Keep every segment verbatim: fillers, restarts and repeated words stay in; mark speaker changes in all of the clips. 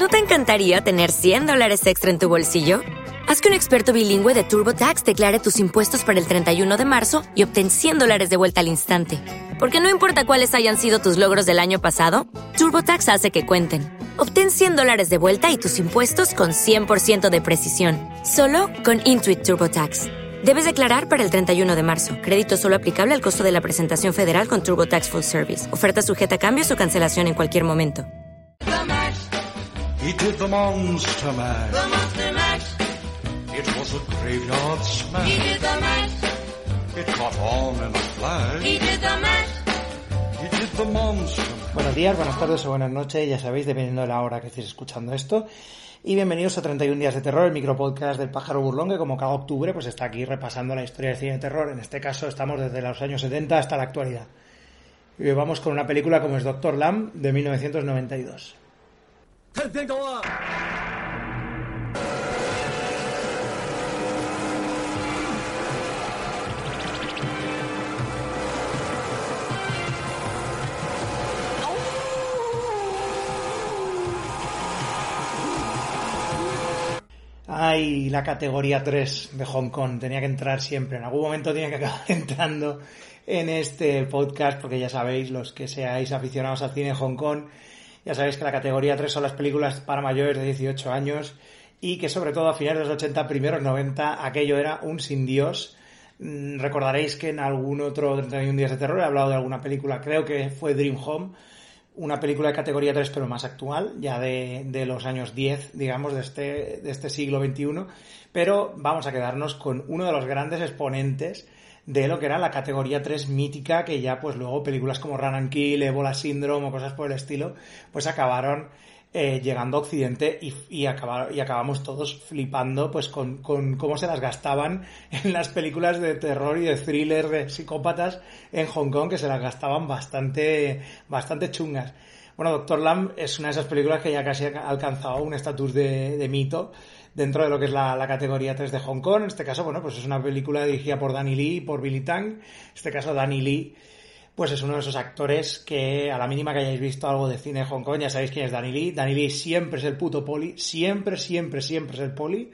Speaker 1: ¿No te encantaría tener cien dólares extra en tu bolsillo? Haz que un experto bilingüe de TurboTax declare tus impuestos para el treinta y uno de marzo y obtén cien dólares de vuelta al instante. Porque no importa cuáles hayan sido tus logros del año pasado, TurboTax hace que cuenten. Obtén cien dólares de vuelta y tus impuestos con cien por ciento de precisión. Solo con Intuit TurboTax. Debes declarar para el treinta y uno de marzo. Crédito solo aplicable al costo de la presentación federal con TurboTax Full Service. Oferta sujeta a cambios o cancelación en cualquier momento.
Speaker 2: He did the Monster Mash.
Speaker 3: The Monster Mash.
Speaker 2: It was a graveyard smash.
Speaker 3: He did the mash.
Speaker 2: It caught on in a flash.
Speaker 3: He did the mash.
Speaker 2: He did the Monster Mash.
Speaker 4: Buenos días, buenas tardes o buenas noches, ya sabéis, dependiendo de la hora que estéis escuchando esto. Y bienvenidos a treinta y uno días de terror, el micropodcast del Pájaro Burlón, que como cada octubre pues está aquí repasando la historia del cine de terror. En este caso estamos desde los años setenta hasta la actualidad. Y hoy vamos con una película como es Doctor Lamb, de mil novecientos noventa y dos. Ay, la categoría tres de Hong Kong tenía que entrar siempre, en algún momento tenía que acabar entrando en este podcast, porque ya sabéis, los que seáis aficionados al cine de Hong Kong, ya sabéis que la categoría tres son las películas para mayores de dieciocho años y que sobre todo a finales de los ochenta, primeros noventa, aquello era un sin Dios. Recordaréis que en algún otro treinta y uno días de terror he hablado de alguna película, creo que fue Dream Home, una película de categoría tres pero más actual, ya de, de los años diez, digamos, de este, de este siglo veintiuno, pero vamos a quedarnos con uno de los grandes exponentes de lo que era la categoría tres mítica, que ya pues luego películas como Run and Kill, Ebola Syndrome o cosas por el estilo, pues acabaron eh, llegando a Occidente y, y, acabar, y acabamos todos flipando pues con, con cómo se las gastaban en las películas de terror y de thriller de psicópatas en Hong Kong, que se las gastaban bastante, bastante chungas. Bueno, Doctor Lamb es una de esas películas que ya casi ha alcanzado un estatus de, de mito dentro de lo que es la, la categoría tres de Hong Kong. En este caso, bueno, pues es una película dirigida por Danny Lee y por Billy Tang. En este caso, Danny Lee, pues es uno de esos actores que a la mínima que hayáis visto algo de cine de Hong Kong, ya sabéis quién es Danny Lee. Danny Lee siempre es el puto poli, siempre, siempre, siempre es el poli.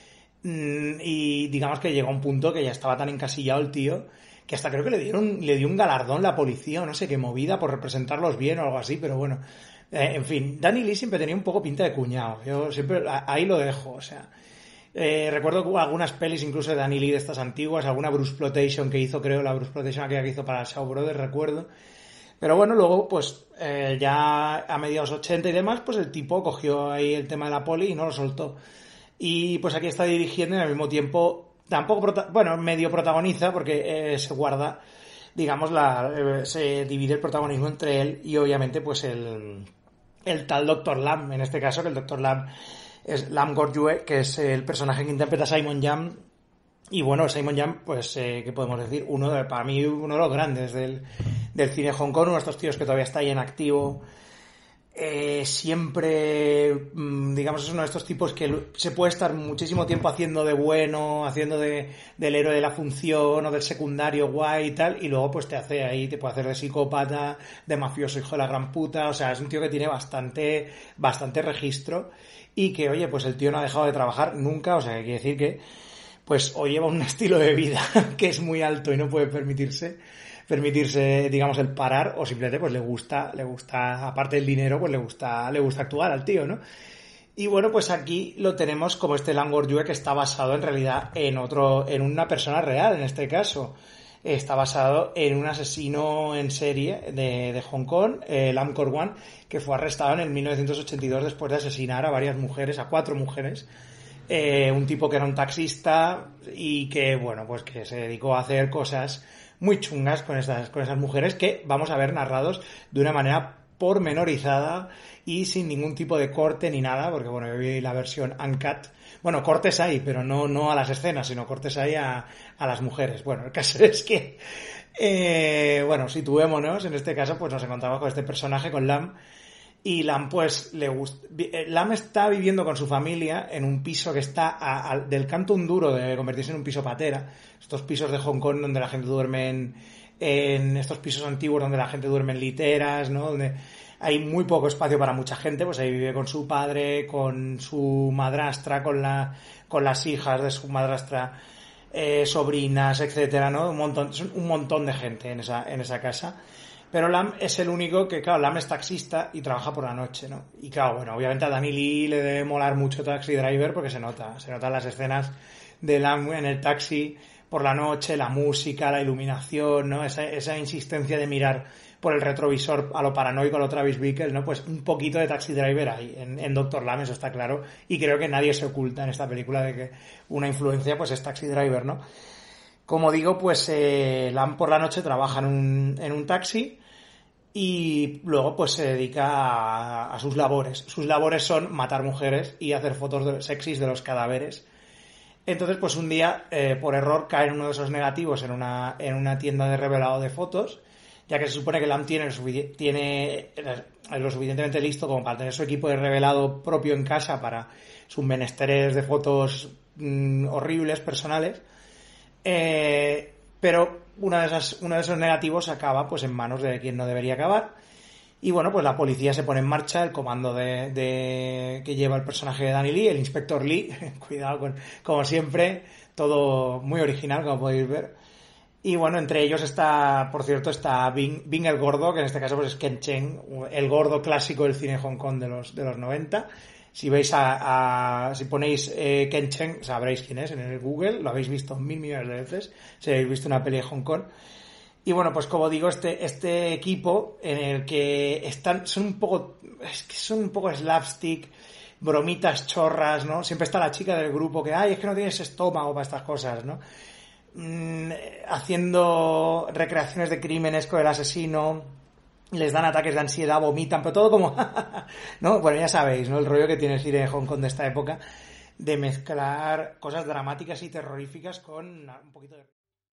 Speaker 4: Y digamos que llegó a un punto que ya estaba tan encasillado el tío, que hasta creo que le dieron, le dio un galardón la policía o no sé qué movida por representarlos bien o algo así, pero bueno. Eh, en fin, Danny Lee siempre tenía un poco pinta de cuñado. Yo siempre, ahí lo dejo, o sea. Eh, recuerdo algunas pelis incluso de Danny Lee de estas antiguas, alguna Bruceploitation que hizo, creo, la Bruceploitation aquella que hizo para Shaw Brothers, recuerdo. Pero bueno, luego, pues, eh, ya a mediados ochenta y demás, pues el tipo cogió ahí el tema de la poli y no lo soltó. Y pues aquí está dirigiendo y al mismo tiempo, tampoco, prota- bueno, medio protagoniza porque eh, se guarda, digamos, la eh, se divide el protagonismo entre él y obviamente, pues, el... el tal Doctor Lamb, en este caso, que el Doctor Lamb es Lam Gor-yue, que es el personaje que interpreta Simon Yam. Y bueno, Simon Yam, pues, eh, ¿qué podemos decir? Uno de, para mí, uno de los grandes del, del cine de Hong Kong, uno de estos tíos que todavía está ahí en activo. Eh, siempre, digamos, es uno de estos tipos que se puede estar muchísimo tiempo haciendo de bueno, haciendo de del héroe de la función o del secundario guay y tal, y luego pues te hace ahí, te puede hacer de psicópata, de mafioso hijo de la gran puta. O sea, es un tío que tiene bastante, bastante registro y que, oye, pues el tío no ha dejado de trabajar nunca. O sea, que quiere decir que pues o lleva un estilo de vida que es muy alto y no puede permitirse permitirse, digamos, el parar, o simplemente pues le gusta, le gusta, aparte del dinero, pues le gusta, le gusta actuar al tío, ¿no? Y bueno, pues aquí lo tenemos como este Lam Gor-yue, que está basado en realidad en otro, en una persona real, en este caso. Está basado en un asesino en serie de, de Hong Kong, eh, Lam Kor-wan, que fue arrestado en el mil novecientos ochenta y dos después de asesinar a varias mujeres, a cuatro mujeres. Eh, un tipo que era un taxista y que, bueno, pues que se dedicó a hacer cosas muy chungas con esas, con esas mujeres, que vamos a ver narrados de una manera pormenorizada y sin ningún tipo de corte ni nada, porque bueno, yo vi la versión uncut. Bueno, cortes hay, pero no, no a las escenas, sino cortes hay a, a las mujeres. Bueno, el caso es que, eh, bueno, situémonos, en este caso, pues nos encontramos con este personaje, con Lam, y Lam, pues, le gusta. Lam está viviendo con su familia en un piso que está a, a, del canto un duro de convertirse en un piso patera. Estos pisos de Hong Kong donde la gente duerme en, en estos pisos antiguos donde la gente duerme en literas, ¿no? Donde hay muy poco espacio para mucha gente, pues ahí vive con su padre, con su madrastra, con la con las hijas de su madrastra, eh, sobrinas, etcétera, ¿no? Un montón, son un montón de gente en esa en esa casa. Pero Lam es el único que, claro, Lam es taxista y trabaja por la noche, ¿no? Y claro, bueno, obviamente a Danny Lee le debe molar mucho Taxi Driver porque se nota, se notan las escenas de Lam en el taxi por la noche, la música, la iluminación, ¿no? Esa, esa insistencia de mirar por el retrovisor a lo paranoico, a lo Travis Bickle, ¿no? Pues un poquito de Taxi Driver hay en, en Doctor Lam, eso está claro, y creo que nadie se oculta en esta película de que una influencia pues es Taxi Driver, ¿no? Como digo, pues eh, Lam por la noche trabaja en un, en un taxi y luego pues se dedica a, a sus labores. Sus labores son matar mujeres y hacer fotos de, sexys de los cadáveres. Entonces, pues un día, eh, por error, cae en uno de esos negativos en una, en una tienda de revelado de fotos, ya que se supone que Lam tiene, tiene lo suficientemente listo como para tener su equipo de revelado propio en casa para sus menesteres de fotos mmm, horribles, personales. Eh, pero una de esas, uno de esos negativos acaba pues en manos de quien no debería acabar. Y bueno, pues la policía se pone en marcha, el comando de, de que lleva el personaje de Danny Lee, el inspector Lee, cuidado con, como siempre, todo muy original, como podéis ver. Y bueno, entre ellos está, por cierto, está Bing, Bing el gordo, que en este caso pues es Ken Cheng, el gordo clásico del cine Hong Kong de los, de los noventa. Si veis a, a si ponéis eh, Ken Cheng, sabréis quién es en el Google, lo habéis visto mil millones de veces, si habéis visto una peli de Hong Kong. Y bueno, pues como digo, este este equipo en el que están, son un poco, es que son un poco slapstick, bromitas chorras, ¿no? Siempre está la chica del grupo que, ay, es que no tienes estómago para estas cosas, ¿no? Mm, haciendo recreaciones de crímenes con el asesino, les dan ataques de ansiedad, vomitan, pero todo como, ¿no? Bueno, ya sabéis, ¿no? El rollo que tiene el cine de Hong Kong de esta época, de mezclar cosas dramáticas y terroríficas con un poquito de...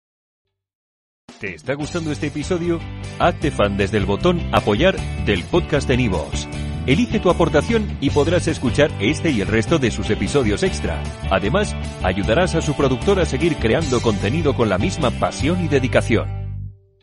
Speaker 5: ¿Te está gustando este episodio? Hazte fan desde el botón Apoyar del podcast de Nivos. Elige tu aportación y podrás escuchar este y el resto de sus episodios extra. Además, ayudarás a su productor a seguir creando contenido con la misma pasión y dedicación.